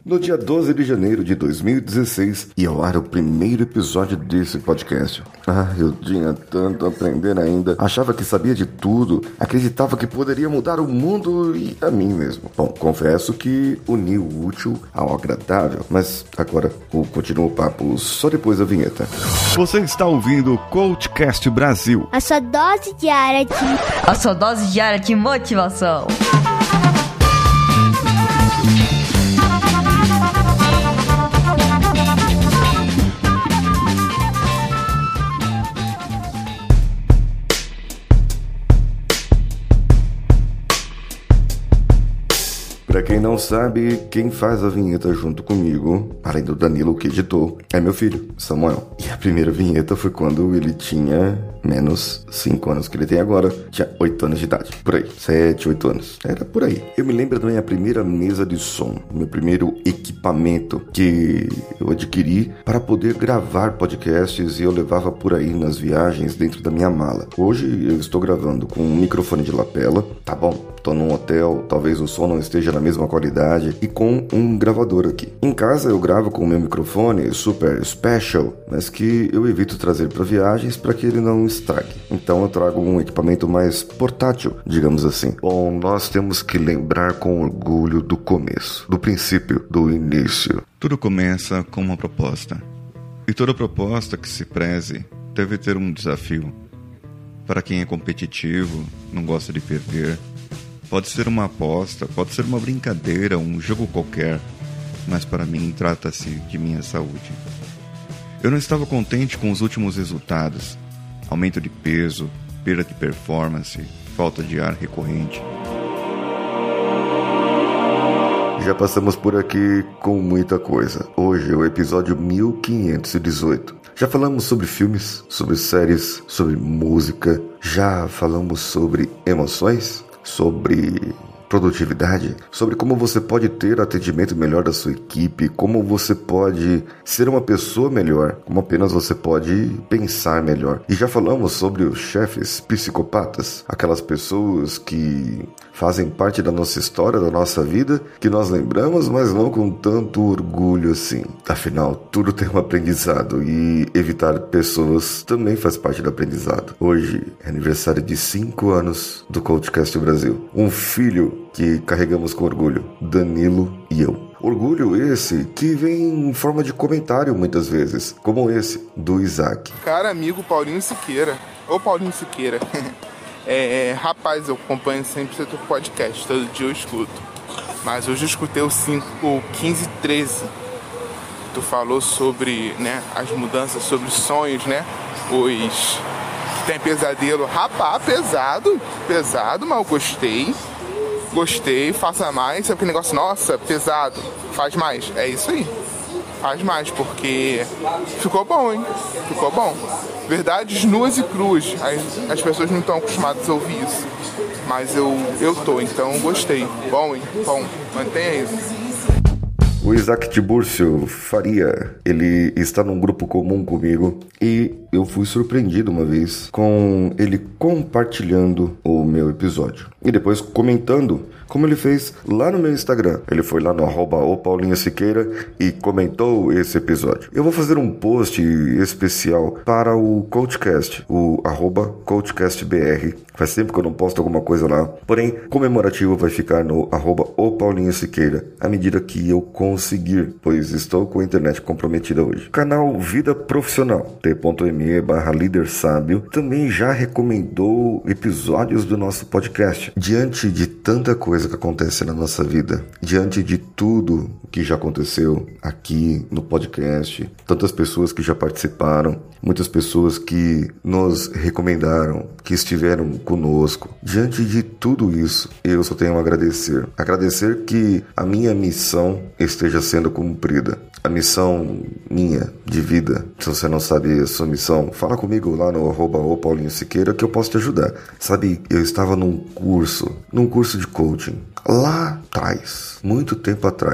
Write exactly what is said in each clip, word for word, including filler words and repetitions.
No dia doze de janeiro de dois mil e dezesseis, ia ao ar o primeiro episódio desse podcast. Ah, eu tinha tanto a aprender ainda. Achava que sabia de tudo. Acreditava que poderia mudar o mundo e a mim mesmo. Bom, confesso que uni o útil ao agradável. Mas agora eu continuo o papo só depois da vinheta. Você está ouvindo o CoachCast Brasil. A sua dose diária de... A sua dose diária de motivação. Pra quem não sabe, quem faz a vinheta junto comigo, além do Danilo que editou, é meu filho, Samuel. E a primeira vinheta foi quando ele tinha menos cinco anos que ele tem agora. Tinha oito anos de idade, por aí, sete, oito anos. Era por aí. Eu me lembro da minha primeira mesa de som, meu primeiro equipamento que eu adquiri para poder gravar podcasts e eu levava por aí nas viagens dentro da minha mala. Hoje eu estou gravando com um microfone de lapela, tá bom? Tô num hotel, talvez o som não esteja na mesma qualidade, e com um gravador aqui. Em casa eu gravo com o meu microfone super special, mas que eu evito trazer para viagens para que ele não estrague. Então eu trago um equipamento mais portátil, digamos assim. Bom, nós temos que lembrar com orgulho do começo, do princípio, do início. Tudo começa com uma proposta. E toda proposta que se preze deve ter um desafio. Para quem é competitivo, não gosta de perder, pode ser uma aposta, pode ser uma brincadeira, um jogo qualquer, mas para mim trata-se de minha saúde. Eu não estava contente com os últimos resultados. Aumento de peso, perda de performance, falta de ar recorrente. Já passamos por aqui com muita coisa. Hoje é o episódio mil quinhentos e dezoito. Já falamos sobre filmes, sobre séries, sobre música. Já falamos sobre emoções, sobre produtividade, sobre como você pode ter atendimento melhor da sua equipe, como você pode ser uma pessoa melhor, como apenas você pode pensar melhor. E já falamos sobre os chefes psicopatas, aquelas pessoas que fazem parte da nossa história, da nossa vida, que nós lembramos, mas não com tanto orgulho assim. Afinal, tudo tem um aprendizado e evitar pessoas também faz parte do aprendizado. Hoje é aniversário de cinco anos do CoachCast Brasil. Um filho que carregamos com orgulho, Danilo e eu. Orgulho esse que vem em forma de comentário muitas vezes, como esse do Isaac. Cara, amigo Paulinho Siqueira, ou Paulinho Siqueira, é, é, rapaz, eu acompanho sempre o seu podcast, todo dia eu escuto, mas hoje eu escutei o, cinco, o quinze treze, tu falou sobre, né, as mudanças, sobre sonhos, né, os que tem pesadelo, rapaz, pesado, pesado, mas eu gostei. Gostei, faça mais, sabe aquele negócio, nossa, pesado, faz mais, é isso aí, faz mais, porque ficou bom, hein, ficou bom, verdades nuas e cruas, as, as pessoas não estão acostumadas a ouvir isso, mas eu, eu tô, então gostei, bom, hein, bom, mantenha isso. O Isaac Tiburcio Faria, ele está num grupo comum comigo e eu fui surpreendido uma vez com ele compartilhando o meu episódio e depois comentando, como ele fez lá no meu Instagram. Ele foi lá no arroba o Paulinho Siqueira e comentou esse episódio. Eu vou fazer um post especial para o CoachCast, o arroba CoachCastBR. Faz tempo que eu não posto alguma coisa lá. Porém, comemorativo vai ficar no arroba o Paulinho Siqueira, à medida que eu conseguir, pois estou com a internet comprometida hoje. Canal Vida Profissional, t.me barra líder sábio, também já recomendou episódios do nosso podcast. Diante de tanta coisa que acontece na nossa vida, diante de tudo que já aconteceu aqui no podcast, tantas pessoas que já participaram, muitas pessoas que nos recomendaram, que estiveram conosco. Diante de tudo isso, eu só tenho a agradecer. Agradecer que a minha missão esteja sendo cumprida. A missão minha de vida. Se você não sabe a sua missão, fala comigo lá no arroba o Paulinho Siqueira que eu posso te ajudar. Sabe, eu estava num curso, num curso de coaching, lá atrás, muito tempo atrás.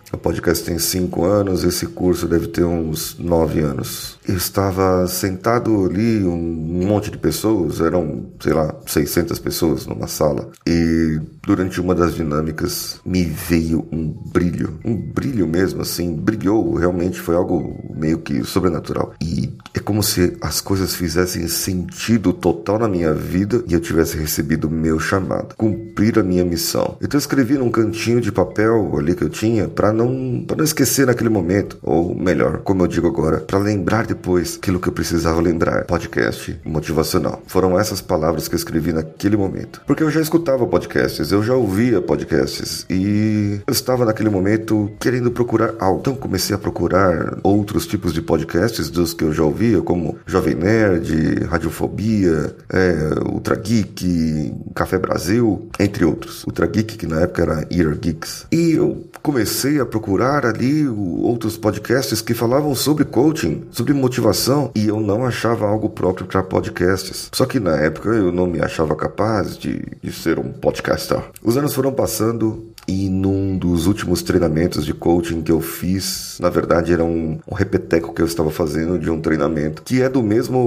O podcast tem cinco anos, esse curso deve ter uns nove anos. Eu estava sentado ali, um monte de pessoas, eram, sei lá, seiscentas pessoas numa sala. E durante uma das dinâmicas me veio um brilho, um brilho mesmo, assim, brilhou, realmente foi algo meio que sobrenatural. E é como se as coisas fizessem sentido total na minha vida e eu tivesse recebido o meu chamado, cumprir a minha missão. Então eu escrevi num cantinho de papel ali que eu tinha para não, para não esquecer naquele momento, ou melhor, como eu digo agora, para lembrar depois aquilo que eu precisava lembrar. Podcast motivacional. Foram essas palavras que eu escrevi naquele momento. Porque eu já escutava podcasts, eu já ouvia podcasts e eu estava naquele momento querendo procurar algo. Então comecei a procurar outros tipos de podcasts dos que eu já ouvia, como Jovem Nerd, Radiofobia, é, Ultra Geek, Café Brasil, entre outros. Ultra Geek, que na época era Ear Geeks. E eu comecei a procurar ali outros podcasts que falavam sobre coaching, sobre motivação, e eu não achava algo próprio para podcasts. Só que na época eu não me achava capaz de, de ser um podcaster. Os anos foram passando e num dos últimos treinamentos de coaching que eu fiz, na verdade era um, um repeteco que eu estava fazendo de um treinamento que é do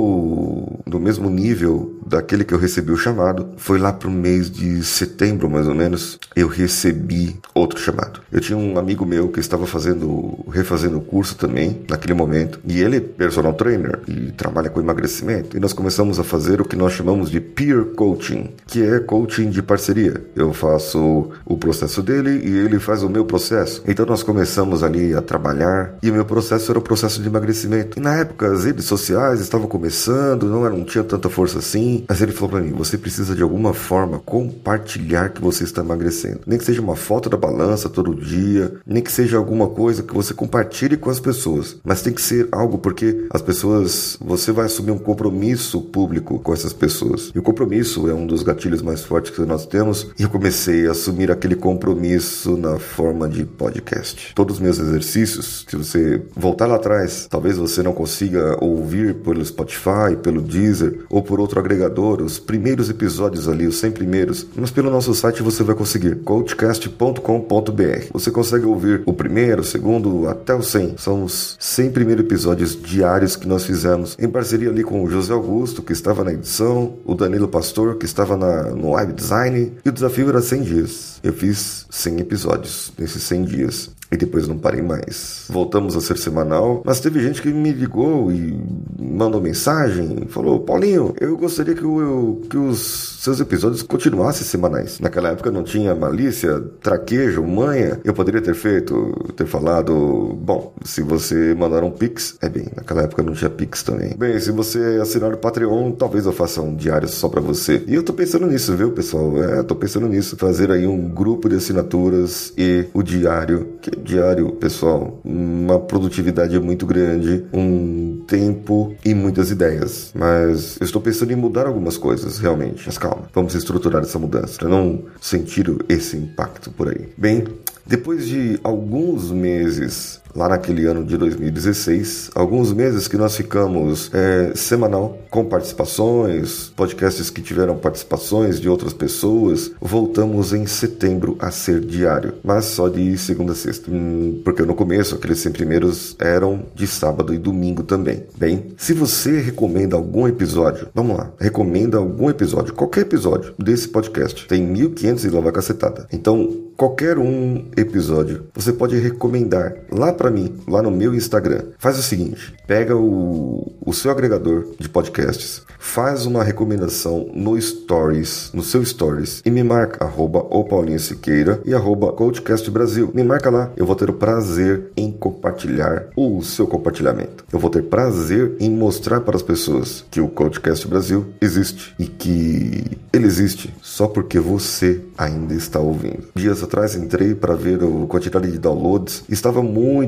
mesmo, do mesmo nível daquele que eu recebi o chamado. Foi lá pro mês de setembro, mais ou menos, eu recebi outro chamado. Eu tinha um amigo meu que estava fazendo, refazendo o curso também, naquele momento, e ele é personal trainer e trabalha com emagrecimento, e nós começamos a fazer o que nós chamamos de peer coaching, que é coaching de parceria. Eu faço o processo dele e ele faz o meu processo. Então nós começamos ali a trabalhar, e o meu processo era o processo de emagrecimento. E na época as redes sociais estavam começando, não, era, não tinha tanta força assim, mas ele falou pra mim: você precisa de alguma forma compartilhar que você está emagrecendo. Nem que seja uma foto da balança todo dia, nem que seja alguma coisa que você compartilhe com as pessoas, mas tem que ser algo, porque as pessoas, você vai assumir um compromisso público com essas pessoas. E o compromisso é um dos gatilhos mais fortes que nós temos, e eu comecei a assumir aquele compromisso na forma de podcast. Todos os meus exercícios, se você voltar lá atrás, talvez você não consiga ouvir pelo Spotify, pelo Deezer ou por outro agregador, os primeiros episódios ali, os cem primeiros, mas pelo nosso site você vai conseguir, coachcast ponto com ponto b r. Você consegue ouvir o primeiro, o segundo, até o cem. São os cem primeiros episódios diários que nós fizemos em parceria ali com o José Augusto, que estava na edição, o Danilo Pastor, que estava na, no web design, e o desafio era cem dias. Eu fiz cem episódios nesses cem dias. E depois não parei mais. Voltamos a ser semanal, mas teve gente que me ligou e mandou mensagem, falou: Paulinho, eu gostaria que, eu, que os seus episódios continuassem semanais. Naquela época não tinha malícia, traquejo, manha. Eu poderia ter feito, ter falado: bom, se você mandar um Pix, é bem, naquela época não tinha Pix também. Bem, se você assinar o Patreon, talvez eu faça um diário só pra você. E eu tô pensando nisso, viu, pessoal? É, tô pensando nisso, fazer aí um grupo de assinaturas e o diário, que diário, pessoal, uma produtividade muito grande, um tempo e muitas ideias. Mas eu estou pensando em mudar algumas coisas, realmente. Mas calma, vamos estruturar essa mudança para não sentir esse impacto por aí. Bem, depois de alguns meses, lá naquele ano de dois mil e dezesseis, alguns meses que nós ficamos é, semanal, com participações, podcasts que tiveram participações de outras pessoas, voltamos em setembro a ser diário, mas só de segunda a sexta, hum, porque no começo aqueles cem primeiros eram de sábado e domingo também. Bem, se você recomenda algum episódio, vamos lá, recomenda algum episódio, qualquer episódio desse podcast, tem mil e quinhentos e lá vai cacetada, então qualquer um episódio você pode recomendar lá para mim, lá no meu Instagram. Faz o seguinte, pega o, o seu agregador de podcasts, faz uma recomendação no Stories, no seu Stories, e me marca, arroba o Paulinho Siqueira e arroba Coachcast Brasil. Me marca lá, eu vou ter o prazer em compartilhar o seu compartilhamento. Eu vou ter prazer em mostrar para as pessoas que o Coachcast Brasil existe e que ele existe só porque você ainda está ouvindo. Dias atrás entrei para ver a quantidade de downloads e estava muito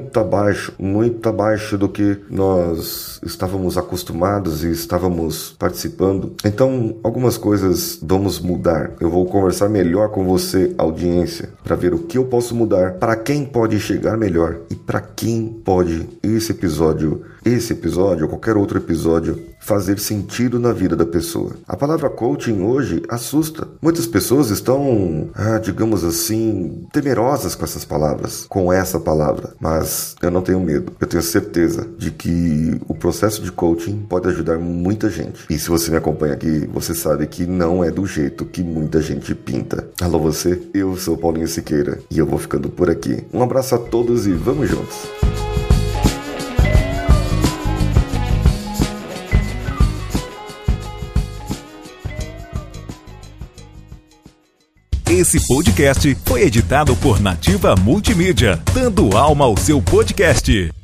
muito abaixo, muito abaixo do que nós estávamos acostumados e estávamos participando. Então, algumas coisas vamos mudar. Eu vou conversar melhor com você, audiência, para ver o que eu posso mudar, para quem pode chegar melhor e para quem pode esse episódio, esse episódio ou qualquer outro episódio fazer sentido na vida da pessoa. A palavra coaching hoje assusta. Muitas pessoas estão, ah, digamos assim, temerosas com essas palavras, com essa palavra. Mas eu não tenho medo. Eu tenho certeza de que o processo de coaching pode ajudar muita gente. E se você me acompanha aqui, você sabe que não é do jeito que muita gente pinta. Alô você, eu sou Paulinho Siqueira e eu vou ficando por aqui. Um abraço a todos e vamos juntos! Esse podcast foi editado por Nativa Multimídia, dando alma ao seu podcast.